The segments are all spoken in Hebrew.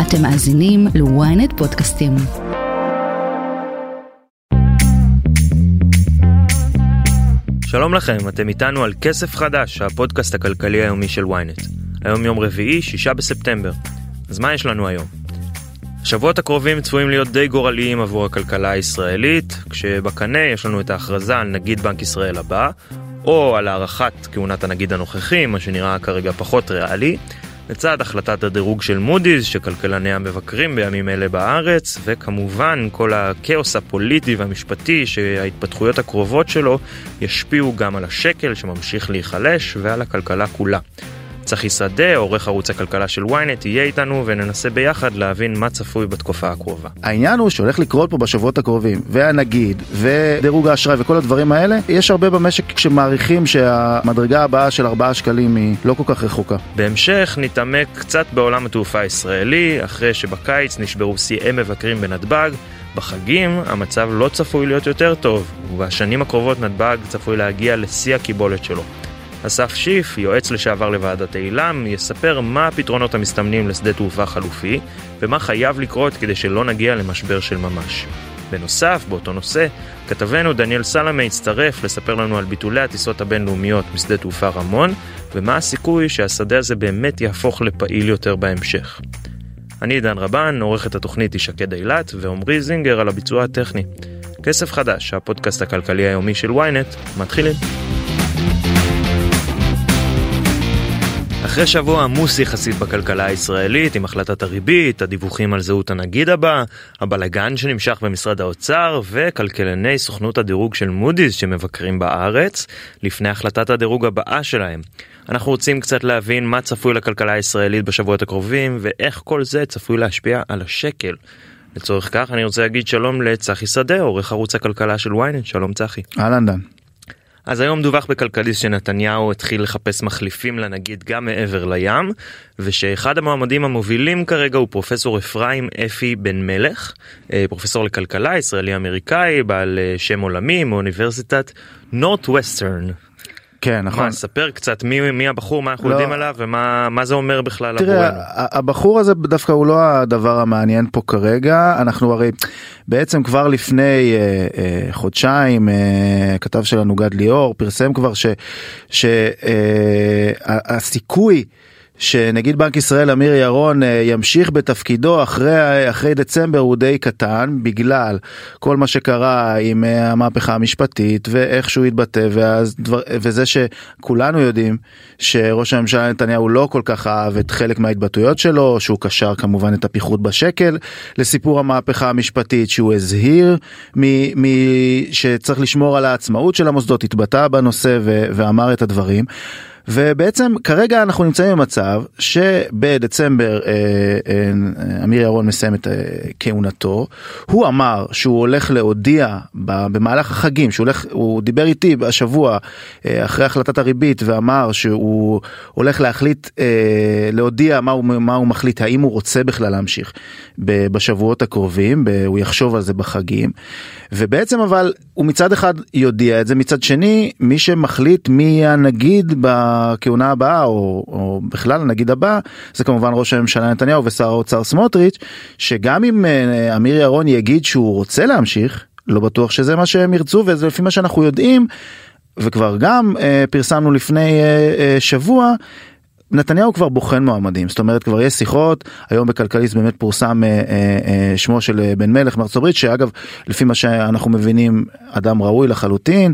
אתם מאזינים ל-ynet פודקאסטים. שלום לכם, אתם איתנו על כסף חדש, הפודקאסט הכלכלי היומי של ynet. היום יום רביעי, 6 בספטמבר. אז מה יש לנו היום? השבועות הקרובים צפויים להיות די גורליים עבור הכלכלה הישראלית, כשבקנה יש לנו את ההכרזה על נגיד בנק ישראל הבא, או על הערכת כהונת הנגיד הנוכחי, מה שנראה כרגע פחות ריאלי, לצד החלטת הדירוג של מודי'ס, שכלכלני המבקרים בימים אלה בארץ, וכמובן כל הכאוס הפוליטי והמשפטי שההתפתחויות הקרובות שלו ישפיעו גם על השקל שממשיך להיחלש ועל הכלכלה כולה. צחי שדה, עורך ערוץ הכלכלה של ynet, יהיה איתנו וננסה ביחד להבין מה צפוי בתקופה הקרובה. העניין הוא שהולך לקרות פה בשבועות הקרובים, והנגיד, ודירוג האשראי וכל הדברים האלה, יש הרבה במשק שמעריכים שהמדרגה הבאה של 4 שקלים היא לא כל כך רחוקה. בהמשך נתעמק קצת בעולם התעופה הישראלי, אחרי שבקיץ נשברו שיאי מבקרים בנתב"ג. בחגים המצב לא צפוי להיות יותר טוב, ובשנים הקרובות נתב"ג צפוי להגיע לשיא הקיבולת שלו. אסף שיף, יועץ לשעבר לוועדת אילם, יספר מה הפתרונות המסתמנים לשדה תעופה חלופי, ומה חייב לקרות כדי שלא נגיע למשבר של ממש. בנוסף, באותו נושא, כתבנו דניאל סלמה יצטרף לספר לנו על ביטולי הטיסות הבינלאומיות משדה תעופה רמון, ומה הסיכוי שהשדה הזה באמת יהפוך לפעיל יותר בהמשך. אני עידן רבן, עורכת התוכנית ישקד אילת, ועומרי זינגר על הביצוע הטכני. כסף חדש, הפודקאסט הכלכלי היומי של ynet, מתחילים. אחרי שבוע עמוס יחסית בכלכלה הישראלית, עם החלטת הריבית, הדיווחים על זהות הנגיד הבא, הבלגן שנמשך במשרד האוצר, וכלכלני סוכנות הדירוג של מודי'ס שמבקרים בארץ, לפני החלטת הדירוג הבאה שלהם. אנחנו רוצים קצת להבין מה צפוי לכלכלה הישראלית בשבועות הקרובים, ואיך כל זה צפוי להשפיע על השקל. לצורך כך אני רוצה להגיד שלום לצחי שדה, עורך ערוץ הכלכלה של ynet. שלום צחי. אהלן דן. אז היום דווח בכלכליסט שנתניהו התחיל לחפש מחליפים לנגיד גם מעבר לים, ושאחד המועמדים המובילים כרגע הוא פרופסור אפרים אפי בן מלך, פרופסור לכלכלה ישראלי-אמריקאי, בעל שם עולמי מאוניברסיטת נורת'ווסטרן. כן, נכון. מה, ספר קצת מי הבחור, מה אנחנו יודעים עליו, ומה זה אומר בכלל עבורנו? תראה, הבחור הזה דווקא הוא לא הדבר המעניין פה כרגע. אנחנו הרי בעצם כבר לפני חודשיים, כתב שלנו גד ליאור, פרסם כבר שהסיכוי שנגיד בנק ישראל אמיר ירון ימשיך בתפקידו אחרי דצמבר הוא די קטן, בגלל כל מה שקרה עם המהפכה המשפטית ואיך שהוא התבטא, וזה שכולנו יודעים שראש הממשלה נתניהו לא כל כך אהב את חלק מההתבטאויות שלו, שהוא קשר כמובן את הפיחות בשקל לסיפור המהפכה המשפטית, שהוא הזהיר שצריך לשמור על העצמאות של המוסדות, התבטא בנושא ואמר את הדברים. ובעצם כרגע אנחנו נמצאים במצב שבדצמבר אמיר ירון מסיים את כהונתו. הוא אמר שהוא הולך להודיע במהלך החגים, הוא דיבר איתי השבוע אחרי החלטת הריבית ואמר שהוא הולך להודיע מה הוא מחליט, האם הוא רוצה בכלל להמשיך בשבועות הקרובים, הוא יחשוב על זה בחגים. ובעצם אבל הוא מצד אחד יודיע את זה, מצד שני מי שמחליט מי הנגיד בכהונה הבאה או בכלל הנגיד הבא זה כמובן ראש הממשלה נתניהו ושר האוצר סמוטריץ', שגם אם אמיר ירון יגיד שהוא רוצה להמשיך, לא בטוח שזה מה שהם ירצו, וזה לפי מה שאנחנו יודעים וכבר גם פרסמנו לפני שבוע, נתניהו כבר בוחן מועמדים, זאת אומרת כבר יש שיחות, היום בכלכליסט באמת פורסם שמו של בן מלך מארצות הברית, שאגב לפי מה שאנחנו מבינים אדם ראוי לחלוטין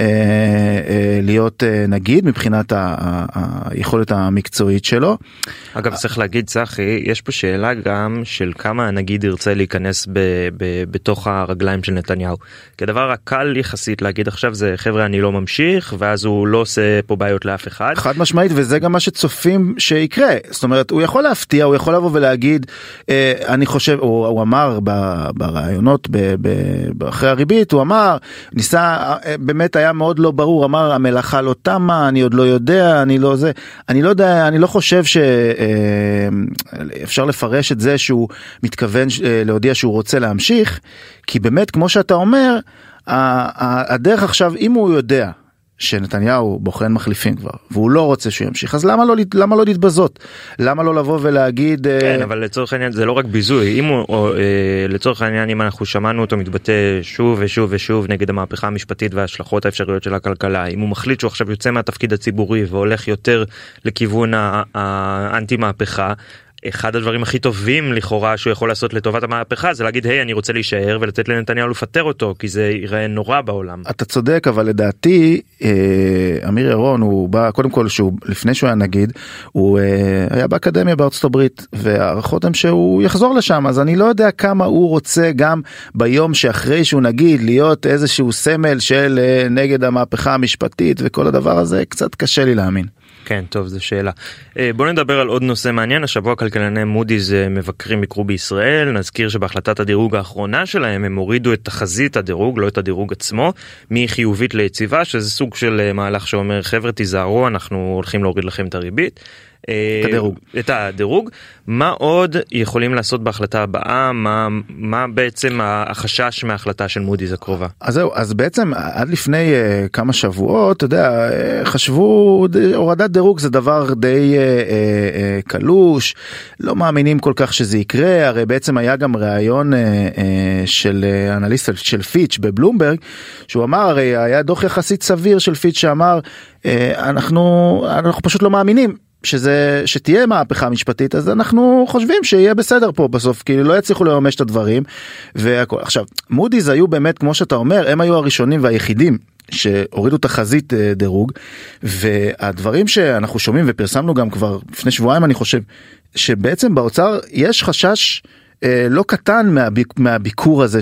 להיות נגיד מבחינת היכולת המקצועית שלו. אגב צריך להגיד צחי, יש פה שאלה גם של כמה הנגיד ירצה להיכנס בתוך הרגליים של נתניהו. כי הדבר הקל יחסית להגיד עכשיו זה חבר'ה אני לא ממשיך, ואז הוא לא עושה פה בעיות לאף אחד. חד משמעית, וזה גם מה שצופים שיקרה. זאת אומרת, הוא יכול להפתיע, הוא יכול לבוא ולהגיד, אני חושב, הוא אמר ברעיונות אחרי הריבית, הוא אמר, ניסה, באמת היה מאוד לא ברור, אמר המלאכה לא תמה, אני עוד לא יודע, אני לא יודע, אני לא חושב שאפשר לפרש את זה שהוא מתכוון להודיע שהוא רוצה להמשיך, כי באמת כמו שאתה אומר, הדרך עכשיו, אם הוא יודע שנתניהו בוחן מחליפים כבר, והוא לא רוצה שהוא ימשיך, אז למה לא להתבזות? למה לא לבוא ולהגיד... כן, אבל לצורך העניין זה לא רק ביזוי, לצורך העניין אם אנחנו שמענו אותו מתבטא שוב ושוב ושוב נגד המהפכה המשפטית וההשלכות האפשריות של הכלכלה, אם הוא מחליט שהוא עכשיו יוצא מהתפקיד הציבורי והולך יותר לכיוון האנטי מהפכה, אחד הדברים הכי טובים לכאורה שהוא יכול לעשות לטובת המהפכה זה להגיד היי אני רוצה להישאר ולתת לנתניהו לפטר אותו כי זה ייראה נורא בעולם. אתה צודק, אבל לדעתי אמיר ירון הוא בא קודם כל לפני שהוא היה נגיד הוא היה באקדמיה בארצות הברית והערכות הם שהוא יחזור לשם, אז אני לא יודע כמה הוא רוצה גם ביום שאחרי שהוא נגיד להיות איזשהו סמל של נגד המהפכה המשפטית וכל הדבר הזה, קצת קשה לי להאמין. כן, טוב, זו שאלה. בואו נדבר על עוד נושא מעניין. השבוע כלכלני מודי'ס מבקרים ביקרו בישראל. נזכיר שבהחלטת הדירוג האחרונה שלהם הם הורידו את תחזית הדירוג, לא את הדירוג עצמו, מחיובית ליציבה, שזה סוג של מהלך שאומר, חבר'ה תיזהרו, אנחנו הולכים להוריד לכם את הריבית. את הדירוג. מה עוד יכולים לעשות בהחלטה הבאה? מה בעצם החשש מההחלטה של מודי'ס הקרובה? אז זהו, אז בעצם עד לפני כמה שבועות, אתה יודע, חשבו הורדת דירוג זה דבר די קלוש, לא מאמינים כל כך שזה יקרה, הרי בעצם היה גם ראיון של אנליסט של פיץ' בבלומברג, שהוא אמר, הרי היה דוח יחסית סביר של פיץ' שאמר, אנחנו פשוט לא מאמינים שתהיה מהפכה משפטית, אז אנחנו חושבים שיהיה בסדר פה בסוף, כי לא יצליחו לממש את הדברים והכל. עכשיו, מודי'ס היו באמת, כמו שאתה אומר, הם היו הראשונים והיחידים שהורידו תחזית דירוג, והדברים שאנחנו שומעים ופרסמנו גם כבר לפני שבועיים, אני חושב, שבעצם באוצר יש חשש לא קטן מהביקור הזה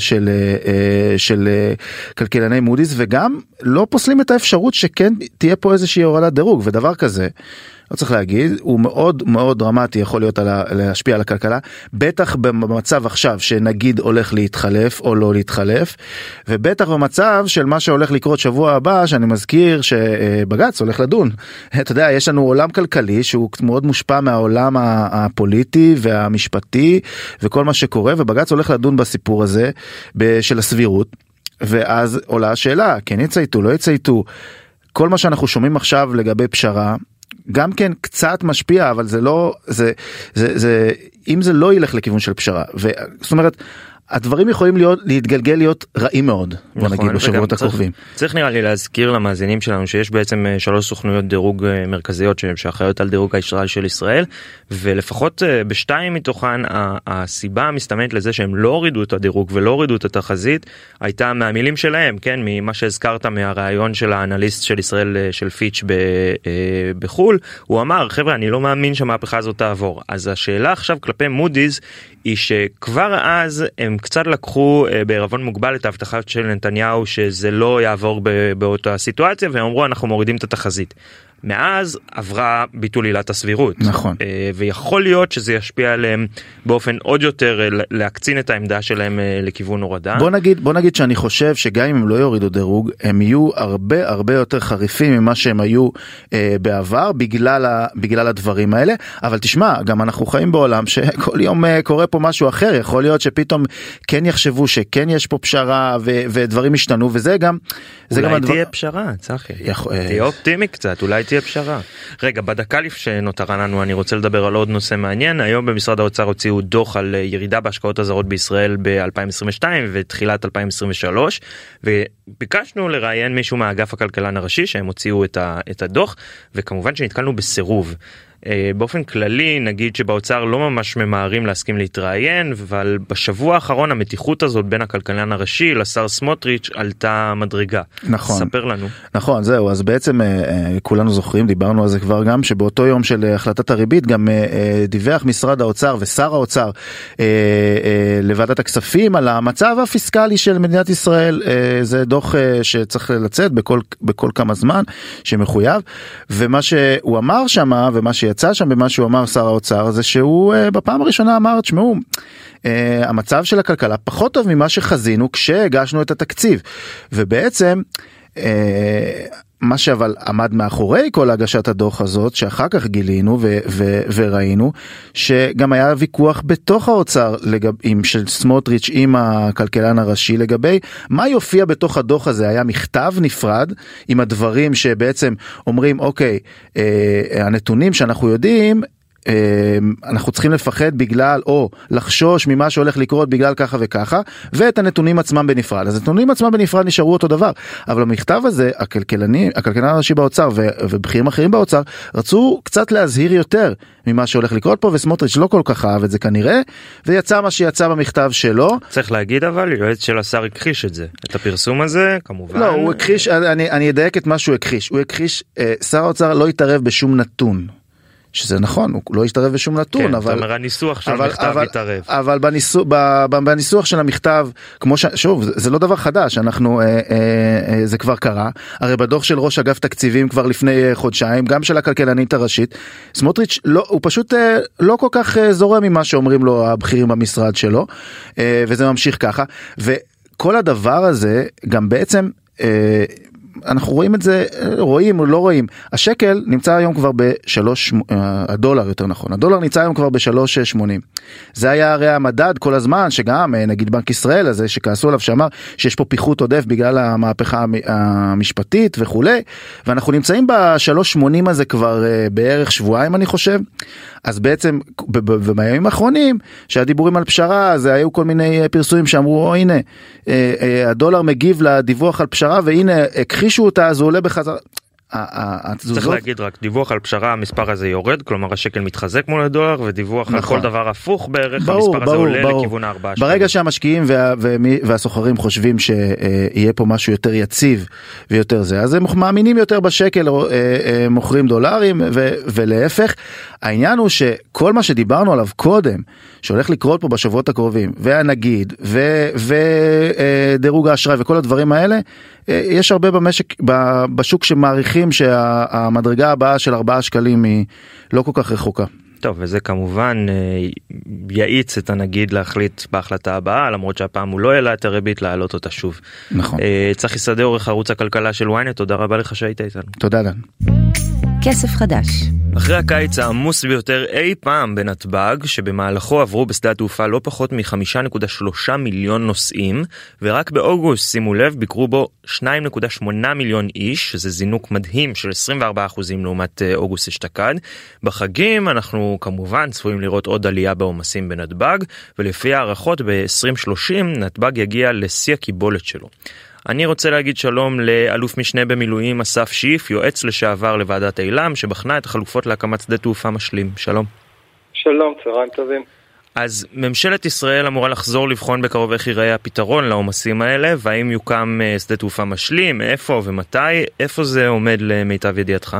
של כלכלני מודי'ס, וגם לא פוסלים את האפשרות שכן תהיה פה איזושהי הורדת דירוג, ודבר כזה, לא צריך להגיד, הוא מאוד מאוד דרמטי יכול להיות להשפיע על הכלכלה, בטח במצב עכשיו שנגיד הולך להתחלף או לא להתחלף, ובטח במצב של מה שהולך לקרות שבוע הבא, שאני מזכיר שבג"ץ הולך לדון. אתה יודע, יש לנו עולם כלכלי שהוא מאוד מושפע מהעולם הפוליטי והמשפטי וכל מה שקורה, ובג"ץ הולך לדון בסיפור הזה של הסבירות, ואז עולה השאלה, כן יצייתו, לא יצייתו, כל מה שאנחנו שומעים עכשיו לגבי פשרה, גם כן קצת משפיע, אבל זה לא, אם זה לא ילך לכיוון של פשרה, זאת אומרת, הדברים יכולים להתגלגל להיות רעים מאוד, בוא נגיד, בשבועות הקרובים. צריך נראה לי להזכיר למאזינים שלנו שיש בעצם 3 סוכנויות דירוג מרכזיות שאחראיות על דירוג האשראי של ישראל, ולפחות ב2 מתוכן הסיבה המסתמנת לזה שהם לא הורידו את הדירוג ולא הורידו את התחזית, הייתה מהמילים שלהם, כן, ממה שהזכרת מהרעיון של האנליסט של ישראל של פיץ' בחול, הוא אמר, חבר'ה, אני לא מאמין שהמהפכה הזאת תעבור. אז השאלה עכשיו כלפי מודי'ס היא שכבר אז הם קצת לקחו בערבון מוגבל את ההבטחה של נתניהו שזה לא יעבור באותה סיטואציה, והם אמרו אנחנו מורידים את התחזית. מאז עברה ביטול עילת הסבירות. נכון. ויכול להיות שזה ישפיע עליהם באופן עוד יותר להקצין את העמדה שלהם לכיוון הורדה. בוא נגיד שאני חושב שגם אם הם לא יורידו דירוג, הם יהיו הרבה יותר חריפים ממה שהם היו בעבר, בגלל הדברים האלה. אבל תשמע, גם אנחנו חיים בעולם שכל יום קורה פה משהו אחר. יכול להיות שפתאום כן יחשבו שכן יש פה פשרה ודברים השתנו, וזה גם... אולי תהיה פשרה, צחי. תהיה אופטימי קצת, אולי תהיה פשרה. רגע, בדקה שנותרה לנו, אני רוצה לדבר על עוד נושא מעניין. היום במשרד האוצר הוציאו דוח על ירידה בהשקעות הזרות בישראל ב-2022 ותחילת 2023, וביקשנו לראיין מישהו מהאגף הכלכלן הראשי שהם הוציאו את הדוח, וכמובן שנתקלנו בסירוב. באופן כללי נגיד שבאוצר לא ממש ממהרים להסכים להתראיין, אבל בשבוע האחרון המתיחות הזאת בין הכלכלן הראשי לשר סמוטריץ' עלתה מדרגה. נכון. ספר לנו. נכון, זהו, אז בעצם כולנו זוכרים, דיברנו על זה כבר גם, שבאותו יום של החלטת הריבית גם דיווח משרד האוצר ושר האוצר לוועדת הכספים על המצב הפיסקלי של מדינת ישראל. זה דוח שצריך לצאת בכל כמה זמן, שמחויב, ומה שהוא אמר שמה, ומה יצא שם במה שהוא אמר שר האוצר, זה שהוא בפעם הראשונה אמר, תשמעו, המצב של הכלכלה פחות טוב ממה שחזינו כשהגשנו את התקציב. ובעצם מה שאבל עמד מאחורי כל הגשת הדוח הזאת, שאחר כך גילינו וראינו, שגם היה ויכוח בתוך האוצר של סמוטריץ' עם הכלכלן הראשי לגבי מה יופיע בתוך הדוח הזה. היה מכתב נפרד עם הדברים שבעצם אומרים, אוקיי, הנתונים שאנחנו יודעים, אנחנו צריכים לפחד בגלל, או לחשוש ממה שהולך לקרות בגלל ככה וככה, ואת הנתונים עצמם בנפרד. אז הנתונים עצמם בנפרד נשארו אותו דבר, אבל המכתב הזה, הכלכלן הראשי באוצר ובכירים אחרים באוצר, רצו קצת להזהיר יותר ממה שהולך לקרות פה, וסמוטריץ' לא כל כך אהב את זה כנראה, ויצא מה שיצא במכתב שלו. צריך להגיד אבל, יועץ של השר הכחיש את זה, את הפרסום הזה, כמובן. לא, הוא הכחיש, אני אדייק את מה שהוא הכחיש. הוא הכחיש, שר האוצר לא יתערב בשום נתון. שזה נכון, הוא לא ישתרב בשום נתון, כן, אבל... זאת אומרת, הניסוח של המכתב יתערב. אבל בניסוח של המכתב, כמו שוב, זה לא דבר חדש, זה כבר קרה, הרי בדוח של ראש אגף תקציבים כבר לפני חודשיים, גם של הכלכלנית הראשית, סמוטריץ' הוא פשוט לא כל כך זורם ממה שאומרים לו הבכירים במשרד שלו, וזה ממשיך ככה, וכל הדבר הזה גם בעצם... אנחנו רואים את זה, רואים או לא רואים, השקל נמצא היום כבר הדולר יותר נכון, הדולר נמצא היום כבר ב-3.80, זה היה הרי המדד כל הזמן, שגם נגיד בנק ישראל הזה שכעסו עליו שאמר שיש פה פיחות עודף בגלל המהפכה המשפטית וכולי, ואנחנו נמצאים ב-3.80 הזה כבר בערך שבועיים אני חושב, אז בעצם בימים האחרונים שהדיבורים על פשרה, זה היו כל מיני פרסומים שאמרו, הנה, הדולר מגיב לדיווח על פשרה, והנה, הכחישו אותה, אז הוא עולה בחזרה. צריך להגיד רק, דיווח על פשרה, המספר הזה יורד, כלומר השקל מתחזק מול הדולר, ודיווח על כל דבר הפוך בערך, המספר הזה עולה לכיוון 4 שקלים. ברגע שהמשקיעים והסוחרים חושבים שיהיה פה משהו יותר יציב ויותר זה, אז הם מאמינים יותר בשקל, מוכרים דולרים ולהפך. העניין הוא שכל מה שדיברנו עליו קודם, שהולך לקרות פה בשבועות הקרובים, והנגיד ודירוג האשראי וכל הדברים האלה, יש הרבה בשוק שמעריכים שהמדרגה הבאה של 4 שקלים היא לא כל כך רחוקה. טוב, וזה כמובן יעיץ את הנגיד להחליט בהחלטה הבאה, למרות שהפעם הוא לא העלה את הריבית, להעלות אותה שוב. נכון. צריך לסדר עורך ערוץ הכלכלה של ynet, תודה רבה לך שהיית איתנו. תודה דן. כסף חדש. אחרי הקיץ העמוס ביותר אי פעם בנתב"ג, שבמהלכו עברו בשדה התעופה לא פחות מ5.3 מיליון נוסעים, ורק באוגוסט, שימו לב, ביקרו בו 2.8 מיליון איש, שזה זינוק מדהים של 24% לעומת אוגוסט אשתקד. בחגים אנחנו כמובן צפויים לראות עוד עלייה בעומסים בנתב"ג, ולפי הערכות ב-2030 נתב"ג יגיע לשיא הקיבולת שלו. אני רוצה להגיד שלום לאלוף משנה במילואים אסף שיף, יועץ לשעבר לוועדת אילם, שבחנה את החלופות להקמת שדה תעופה משלים. שלום. שלום, צהריים טובים. אז ממשלת ישראל אמורה לחזור לבחון בקרוב איך ייראה הפתרון לעומסים האלה, והאם יוקם שדה תעופה משלים, איפה ומתי, איפה זה עומד למיטב ידיעתך?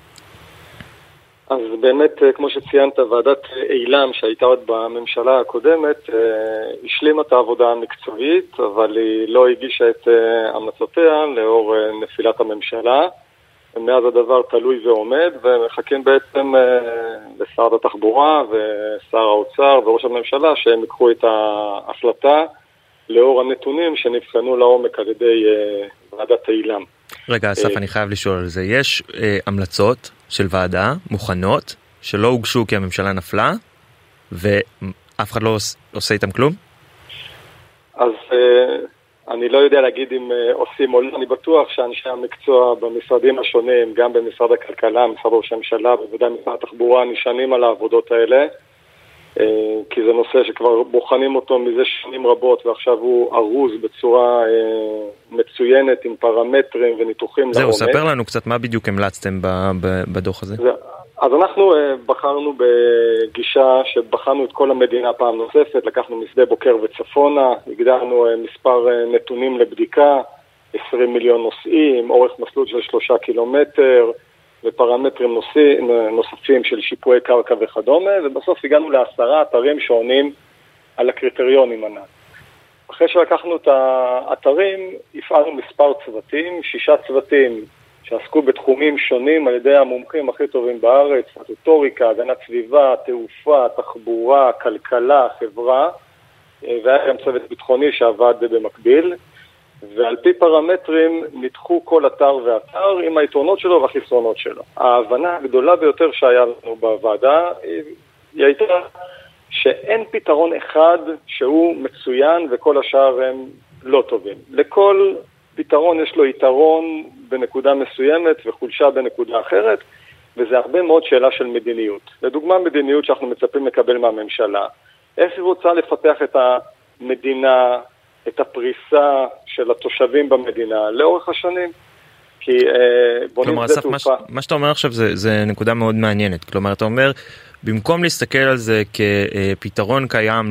אז באמת, כמו שציינת, ועדת אילם שהייתה עוד בממשלה הקודמת, השלימה את העבודה המקצועית, אבל היא לא הגישה את המלצותיה לאור נפילת הממשלה. מאז הדבר תלוי ועומד, ומחכים בעצם לשר התחבורה ושר האוצר וראש הממשלה שהם יקחו את ההחלטה לאור הנתונים שנבחנו לעומק על ידי ועדת אילם. רגע, אסף, אני חייב לשאול על זה. יש המלצות של ועדה מוכנות שלא הוגשו כי הממשלה נפלה, ואף אחד לא עושה איתם כלום? אז אני לא יודע להגיד אם עושים או לא. אני בטוח שאנשי המקצוע במשרדים השונים, גם במשרד הכלכלה, משרד ראש הממשלה, בוודאי משרד התחבורה, נשענים על העבודות האלה, כי זה נושא שכבר בוחנים אותו מזה שנים רבות, ועכשיו הוא ארוז בצורה מצוינת עם פרמטרים וניתוחים לעומק. זהו, ספר לנו קצת מה בדיוק המלצתם בדוח הזה. אז אנחנו בחרנו בגישה שבחנו את כל המדינה פעם נוספת, לקחנו משדה בוקר וצפונה, הגדרנו מספר נתונים לבדיקה, 20 מיליון נוסעים, אורך מסלול של 3 קילומטר, ופרמטרים נוספים של שיפועי קרקע וכדומה, ובסוף הגענו ל10 אתרים שעונים על הקריטריונים הנ"ל. אחרי שלקחנו את האתרים, הפעלנו מספר צוותים, 6 צוותים שעסקו בתחומים שונים על ידי המומחים הכי טובים בארץ, סטטוטוריקה, הגנת סביבה, תעופה, תחבורה, כלכלה, חברה, והיה גם צוות ביטחוני שעבד במקביל. ועל פי פרמטרים נדחו כל אתר ואתר עם היתרונות שלו והחסרונות שלו. ההבנה הגדולה ביותר שהיה לנו בוועדה היא הייתה שאין פתרון אחד שהוא מצוין וכל השאר הם לא טובים. לכל פתרון יש לו יתרון בנקודה מסוימת וחולשה בנקודה אחרת, וזה הרבה מאוד שאלה של מדיניות. לדוגמה, מדיניות שאנחנו מצפים לקבל מהממשלה. איך היא רוצה לפתח את המדינה, את הפריסה של התושבים במדינה לאורך השנים? כי בונים את זה תעופה. מה שאתה אומר עכשיו זה נקודה מאוד מעניינת. כלומר, אתה אומר, במקום להסתכל על זה כפתרון קיים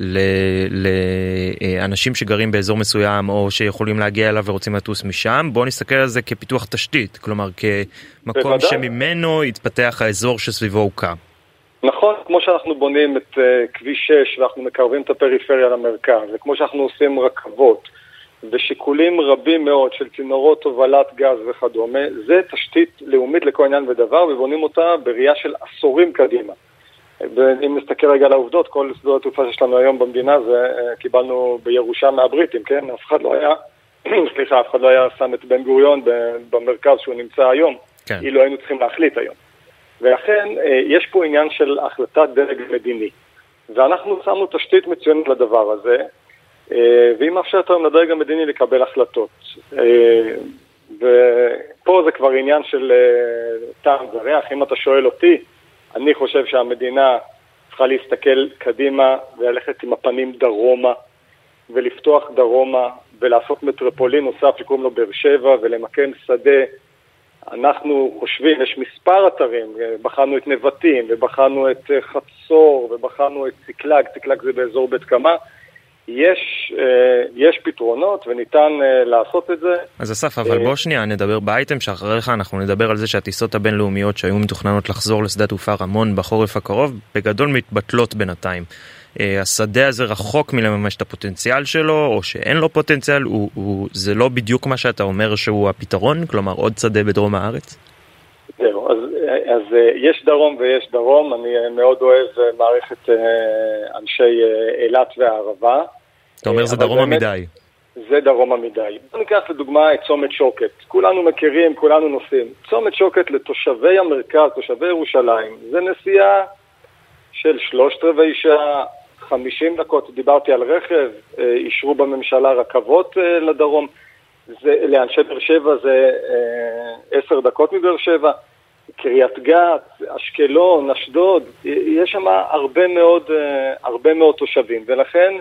לאנשים שגרים באזור מסוים או שיכולים להגיע אליו ורוצים לטוס משם, בואו נסתכל על זה כפיתוח תשתית, כלומר כמקום שממנו יתפתח האזור שסביבו הוקם. נכון, כמו שאנחנו בונים את כביש 6 ואנחנו מקרבים את הפריפריה למרכז, וכמו שאנחנו עושים רכבות ושיקולים רבים מאוד של צינורות הובלת גז וכדומה, זה תשתית לאומית לכל עניין ודבר, ובונים אותה בראייה של עשורים קדימה. ואם נסתכל רגע על העובדות, כל שדות התעופה שיש לנו היום במדינה, זה קיבלנו בירושה מהבריטים, כן? אף אחד לא היה שם את בן גוריון במרכז שהוא נמצא היום, כן. אילו היינו צריכים להחליט היום. ולכן יש פה עניין של החלטת דרג מדיני. ואנחנו שמנו תשתית מצוינת לדבר הזה, והיא מאפשרת היום לדרג המדיני לקבל החלטות. ופה זה כבר עניין של טעם וריח. אם אתה שואל אותי, אני חושב שהמדינה צריכה להסתכל קדימה וללכת עם הפנים דרומה, ולפתוח דרומה, ולעשות מטרופולין נוסף שקוראים לו באר שבע, ולמקם שדה. אנחנו חושבים, יש מספר אתרים, בחנו את נבטים, ובחנו את חצור, ובחנו את ציקלג, ציקלג זה באזור בית קמה. יש פתרונות וניתן לעשות את זה. אז אסף, אבל בוא שנייה נדבר באייטם שאחריך, אנחנו נדבר על זה שהטיסות הבינלאומיות שהיו מתוכננות לחזור לשדה תעופה רמון בחורף הקרוב, בגדול מתבטלות בינתיים. השדה הזה רחוק מלממש את הפוטנציאל שלו, או שאין לו פוטנציאל, זה לא בדיוק מה שאתה אומר שהוא הפתרון, כלומר עוד שדה בדרום הארץ? זהו, אז יש דרום ויש דרום, אני מאוד אוהב מערכת אנשי אילת והערבה. אתה אומר זה דרום עמידי. זה דרום עמידי. בוא ניקח לדוגמה את צומת שוקת. כולנו מכירים, כולנו נוסעים. צומת שוקת לתושבי המרכז, תושבי ירושלים, זה נסיעה של 3/4 שעה, 50 דקות. דיברתי על רכב, אישרו בממשלה רכבות לדרום. לאנשי באר שבע זה 10 דקות מבאר שבע. קריית גת, אשקלון, אשדוד, יש שם הרבה מאוד תושבים, ולכן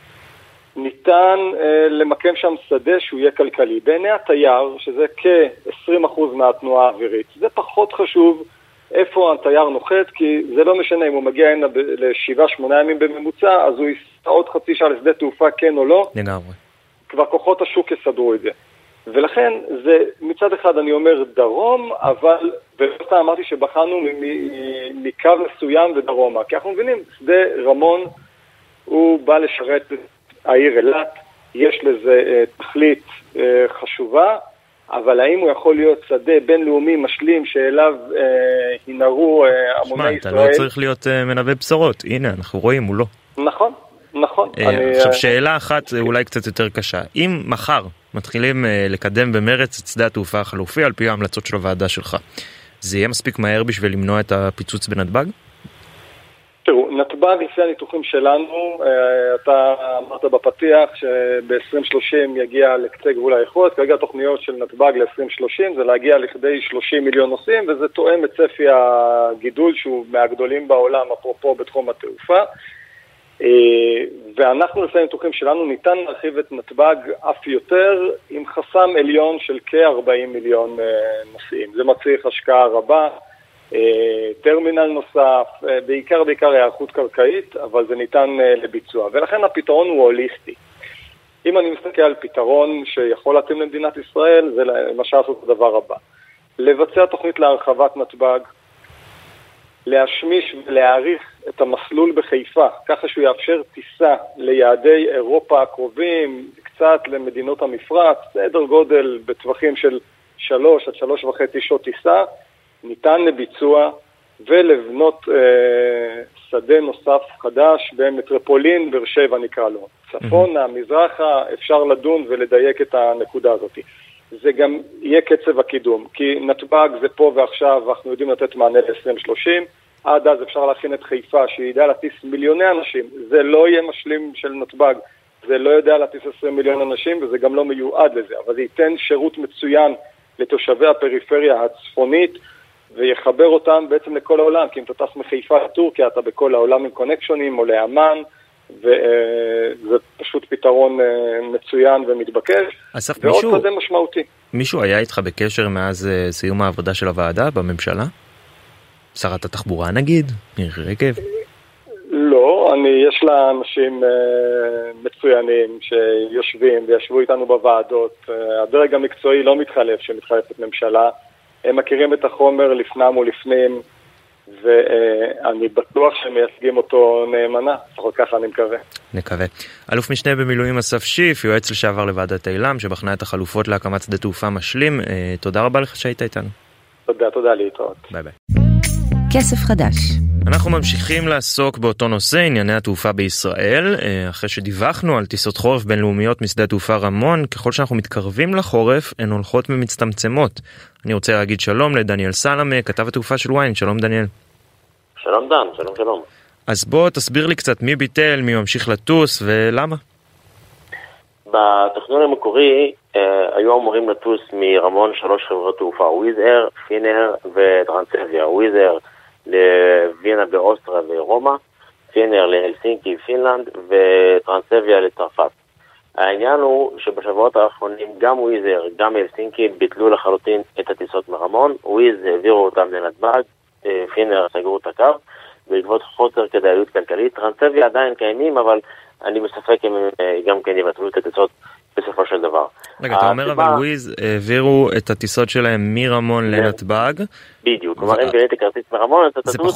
ניתן למקם שם שדה שהוא יהיה כלכלי. בעיני התייר, שזה כ-20% מהתנועה האווירית, זה פחות חשוב איפה התייר נוחת, כי זה לא משנה אם הוא מגיע הנה ל7-8 ימים בממוצע, אז הוא ייסע עוד חצי שעה לשדה תעופה כן או לא. לגמרי. כבר כוחות השוק יסדרו את זה. ולכן זה מצד אחד אני אומר דרום, אבל ולא אמרתי שבחנו מקו מסוים ודרומה, כי אנחנו מבינים, שדה רמון הוא בא לשרת את העיר אילת, יש לזה תכלית חשובה, אבל האם הוא יכול להיות שדה בינלאומי משלים שאליו ינערו המוני ישראל? אתה לא צריך להיות מנבא בשורות, הנה אנחנו רואים, הוא לא. נכון. עכשיו שאלה אחת אולי קצת יותר קשה, אם מחר מתחילים לקדם במרץ את שדה התעופה החלופי על פי ההמלצות של הוועדה שלך, זה יהיה מספיק מהר בשביל למנוע את הפיצוץ בנתב"ג? תראו, נתב"ג לפי הניתוחים שלנו, אתה אמרת בפתיח שב-2030 יגיע לקצה גבול היכולת, כרגע התוכניות של נתב"ג ל-2030 זה להגיע לכדי 30 מיליון נוסעים, וזה תואם את צפי הגידול שהוא מהגדולים בעולם, אפרופו בתחום התעופה. ואנחנו לפי הניתוחים שלנו ניתן להרחיב את נתב"ג אף יותר עם חסם עליון של כ-40 מיליון נוסעים. זה מצריך השקעה רבה, טרמינל נוסף, בעיקר הערכות קרקעית, אבל זה ניתן לביצוע. ולכן הפתרון הוא הוליסטי. אם אני מסתכל על פתרון שיכול להתאים למדינת ישראל, זה למשל לעשות את הדבר הבא. לבצע תוכנית להרחבת נתב"ג, להשמיש ולהעריך את המסלול בחיפה, ככה שהוא יאפשר טיסה ליעדי אירופה הקרובים, קצת למדינות המפרץ, סדר גודל בטווחים של 3 עד 3.5 שעות טיסה, ניתן לביצוע ולבנות שדה נוסף חדש במטרופולין באר שבע נקרא לו. צפונה, מזרחה, אפשר לדון ולדייק את הנקודה הזאת. זה גם יהיה קצב הקידום, כי נתב"ג זה פה ועכשיו, אנחנו יודעים לתת מענה ל-2030, עד אז אפשר להכין את חיפה, שידע להטיס מיליוני אנשים, זה לא יהיה משלים של נתב"ג, זה לא יודע להטיס 20 מיליון אנשים, וזה גם לא מיועד לזה, אבל זה ייתן שירות מצוין לתושבי הפריפריה הצפונית, ויחבר אותם בעצם לכל העולם, כי אם אתה טס מחיפה לטורקיה, אתה בכל העולם עם קונקשונים, או לאמן, וזה פשוט פתרון מצוין ומתבקש, ועוד כזה משמעותי. מישהו היה איתך בקשר מאז סיום העבודה של הוועדה בממשלה? שרת התחבורה נגיד? מירי רגב? לא, יש לה אנשים מצוינים שיושבים וישבו איתנו בוועדות. הדרג המקצועי לא מתחלף שמתחלפת ממשלה. הם מכירים את החומר לפנם ולפנים, ואני בטוח שהם מייצגים אותו נאמנה. לפחות ככה אני מקווה. נקווה. אלוף משנה במילואים אסף שיף, יועץ לשעבר לוועדת אילם, שבחנה את החלופות להקמת שדה תעופה משלים. תודה רבה לך שהיית איתנו. תודה, להתראות. ביי ביי. כסף חדש. אנחנו ממשיכים לעסוק באותו נושא, ענייני התעופה בישראל, אחרי שדיווחנו על טיסות חורף בינלאומיות משדה תעופה רמון. ככל שאנחנו מתקרבים לחורף, הן הולכות ומצטמצמות. אני רוצה להגיד שלום לדניאל סלמה, כתב התעופה של וויין. שלום דניאל. שלום דן, שלום. אז בוא תסביר לי קצת מי ביטל, מי ממשיך לטוס ולמה. בתכנון המקורי היו אמורים לטוס מרמון 3 חברות תעופה, וויז אייר, פינר וטרנסביה. וויז אייר לווינה באוסטריה ורומא, פינר להלסינקי פינלנד וטרנסביה לצרפת. העניין הוא שבשבועות האחרונים גם וויז אייר, גם הלסינקי ביטלו לחלוטין את הטיסות מרמון. וויז העבירו אותם לנתב"ג, פינר סגרו את הקו בעקבות חוסר כדאיות כלכלית. טרנסביה עדיין קיימים, אבל אני מספק אם גם כן יבטלו את הטיסות בסופו של דבר. רגע, אתה אומר אבל וויז העבירו את הטיסות שלהם מרמון לנתב"ג. בדיוק, כלומר אם קניתי כרטיס מרמון, אתה תטוס,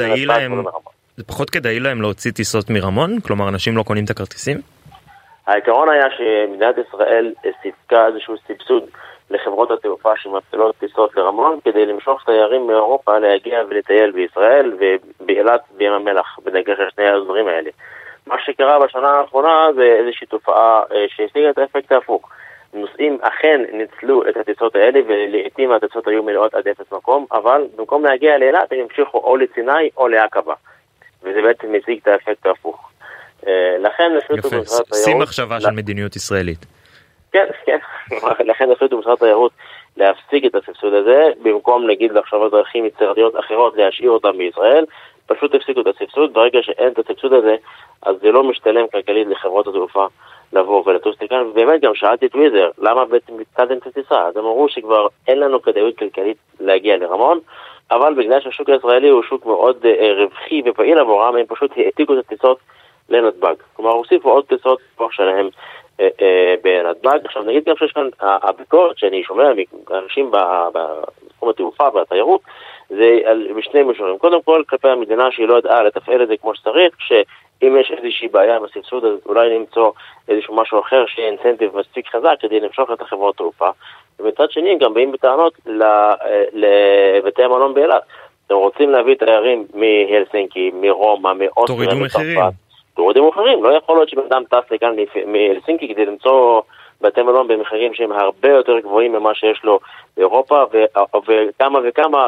זה פחות כדאי להם להוציא טיסות מרמון? כלומר אנשים לא קונים את הכרטיסים? העיקרון היה שמדינת ישראל סיפקה איזשהו סבסוד לחברות התעופה שמפעילות טיסות לרמון, כדי למשוך תיירים מאירופה להגיע ולטייל בישראל ובאילת בים המלח, בדגש על שני האזורים האלה. מה שקרה בשנה האחרונה זה איזושהי תופעה שהשיגה את האפקט ההפוך. נוסעים אכן ניצלו את הטיסות האלה, ולעיתים הטיסות היו מלאות עד אפס מקום, אבל במקום להגיע לאילת הם המשיכו או לסיני או לעקבה, וזה בעצם משיג את האפקט ההפוך. לכן החליטו במשרד התיירות... שים מחשבה של מדיניות ישראלית. כן. לכן החליטו במשרד התיירות להפסיק את הסבסוד הזה, במקום נגיד לחשוב על דרכים יצירתיות אחרות להשאיר אותם בישראל, פשוט הפסיקו את הסבסוד. ברגע שאין את הסבסוד הזה, אז זה לא משתלם כלכלית לחברות התעופה לבוא ולטוס לכאן. ובאמת גם שאלתי את וויזר, למה בעצם ביטלתם את הטיסה? אז הם אמרו שכבר אין לנו כדאיות כלכלית להגיע לרמון, אבל בגלל שהשוק הישראלי הוא שוק מאוד רווחי ופעיל עבורם, הם פשוט העתיקו את הטיסות לנתב"ג. כלומר, הוסיפו עוד טיסות שלהם בנתב"ג. עכשיו נגיד גם שיש כאן הביקורת שאני שומע מאנשים בתחום התעופה והתיירות, זה בשני מישורים. קודם כל, כלפי המדינה שהיא לא ידעה לתפעל את זה כמו שצריך, שאם יש איזושהי בעיה עם הסבסוד, אז אולי נמצוא איזשהו משהו אחר שיהיה אינסנטיב מספיק חזק כדי למשוך את החברות תעופה. ומצד שני, גם באים בטענות לבתי המלון באילת. אתם רוצים להביא תיירים מהלסינקי, מרומא, מאוסטריה, תורידו מחירים. לא יכול להיות שבאדם טס לכאן מהלסינקי כדי למצוא בתי מלון במחירים שהם הרבה יותר גבוהים ממה שיש לו באירופה, וכמה וכמה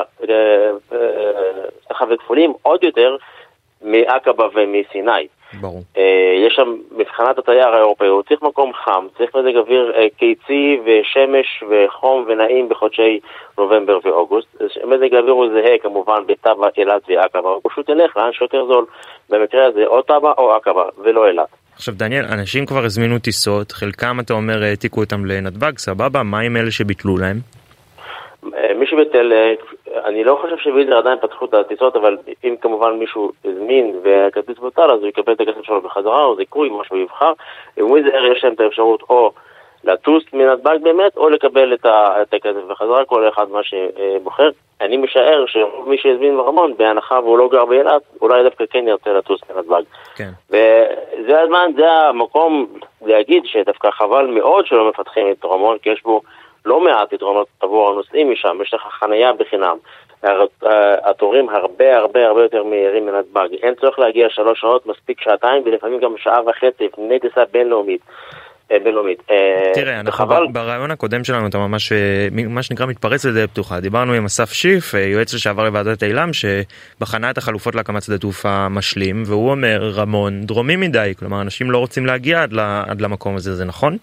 וכפולים עוד יותר מעקבה ומסיני. ברור. יש שם מבחינת התייר האירופאי, הוא צריך מקום חם, צריך מזג אוויר קיצי ושמש וחום ונעים בחודשי נובמבר ואוגוסט. מזג האוויר הוא זהה כמובן בטבע, אילת ועקבה, הוא פשוט ילך לאן שיותר זול, במקרה הזה או טבע או עקבה ולא אילת. עכשיו דניאל, אנשים כבר הזמינו טיסות, חלקם אתה אומר העתיקו אותם לנתב"ג, סבבה, מה עם אלה שביטלו להם? מי שביטל, אני לא חושב שוויזר עדיין פתחו את הטיסות, אבל אם כמובן מישהו הזמין והכרטיס בוטל, אז הוא יקבל את הכסף שלו בחזרה, או זיכוי, מה שהוא יבחר. וויזר יש להם את האפשרות או לטוס מנתב"ג באמת, או לקבל את הכסף בחזרה, כל אחד מה שבוחר. אני משער שמי שהזמין ברמון, בהנחה והוא לא גר באילת, אולי דווקא כן ירצה לטוס מנתב"ג. כן. וזה הזמן, זה המקום להגיד שדווקא חבל מאוד שלא מפתחים את רמון, כי יש בו לא מעט יתרונות עבור הנוסעים משם, יש לך חנייה בחינם, התורים הרבה יותר מהירים מנתב"ג. אין צורך להגיע 3 שעות, מספיק 2 שעות, ולפעמים גם 1.5 שעות לפני טיסה בינלאומית. תראה, אנחנו ברעיון הקודם שלנו אתה ממש, מה שנקרא, מתפרץ לדלת פתוחה. דיברנו עם אסף שיף, יועץ לשעבר לוועדת אילם, שבחנה את החלופות להקמת שדה תעופה משלים, והוא אומר, רמון דרומי מדי, כלומר אנשים לא רוצים להגיע עד למקום הזה, זה נכון?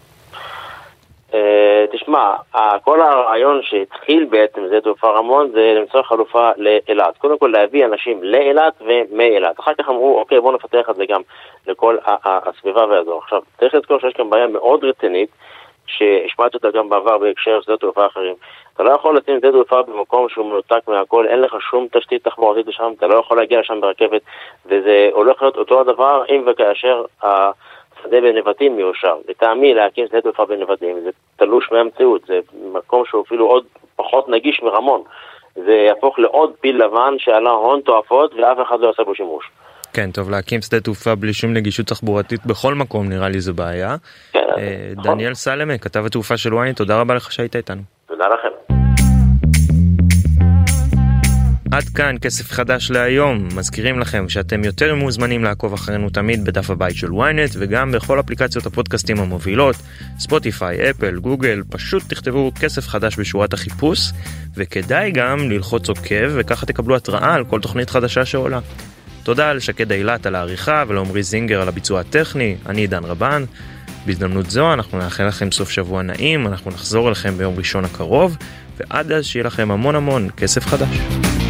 תשמע, כל הרעיון שהתחיל בעצם שדה תעופה רמון זה למצוא חלופה לאילת. קודם כל להביא אנשים לאילת ומאילת. אחר כך אמרו, אוקיי, בואו נפתח את זה גם לכל הסביבה והאזור. עכשיו, צריך לזכור שיש כאן בעיה מאוד רצינית, שהשמעתי אותה גם בעבר בהקשר שדה תעופה אחרים. אתה לא יכול לשים שדה תעופה במקום שהוא מנותק מהכל, אין לך שום תשתית תחבורתית לשם, אתה לא יכול להגיע לשם ברכבת, וזה הולך להיות אותו הדבר אם וכאשר שדה בנבטים מיושר. לטעמי להקים שדה תעופה בנבטים זה תלוש מהמציאות, זה מקום שהוא אפילו עוד פחות נגיש מרמון. זה יהפוך לעוד פיל לבן שעלה הון תועפות ואף אחד לא יעשה בו שימוש. כן, טוב, להקים שדה תעופה בלי שום נגישות תחבורתית בכל מקום נראה לי זו בעיה. כן, דניאל סלמה, כתב התעופה של ynet, תודה רבה לך שהיית איתנו. תודה לכם. עד כאן כסף חדש להיום. מזכירים לכם שאתם יותר מוזמנים לעקוב אחרינו תמיד בדף הבית של ynet וגם בכל אפליקציות הפודקאסטים המובילות, ספוטיפיי, אפל, גוגל. פשוט תכתבו כסף חדש בשורת החיפוש, וכדאי גם ללחוץ עוקב וככה תקבלו התראה על כל תוכנית חדשה שעולה. תודה לשקד אילת על העריכה ולעומרי זינגר על הביצוע הטכני. אני עידן רבן. בהזדמנות זו אנחנו נאחל לכם סוף שבוע נעים, אנחנו נחזור אליכם ביום ראשון הקרוב, ועד אז שיהיה לכם המון כסף חדש.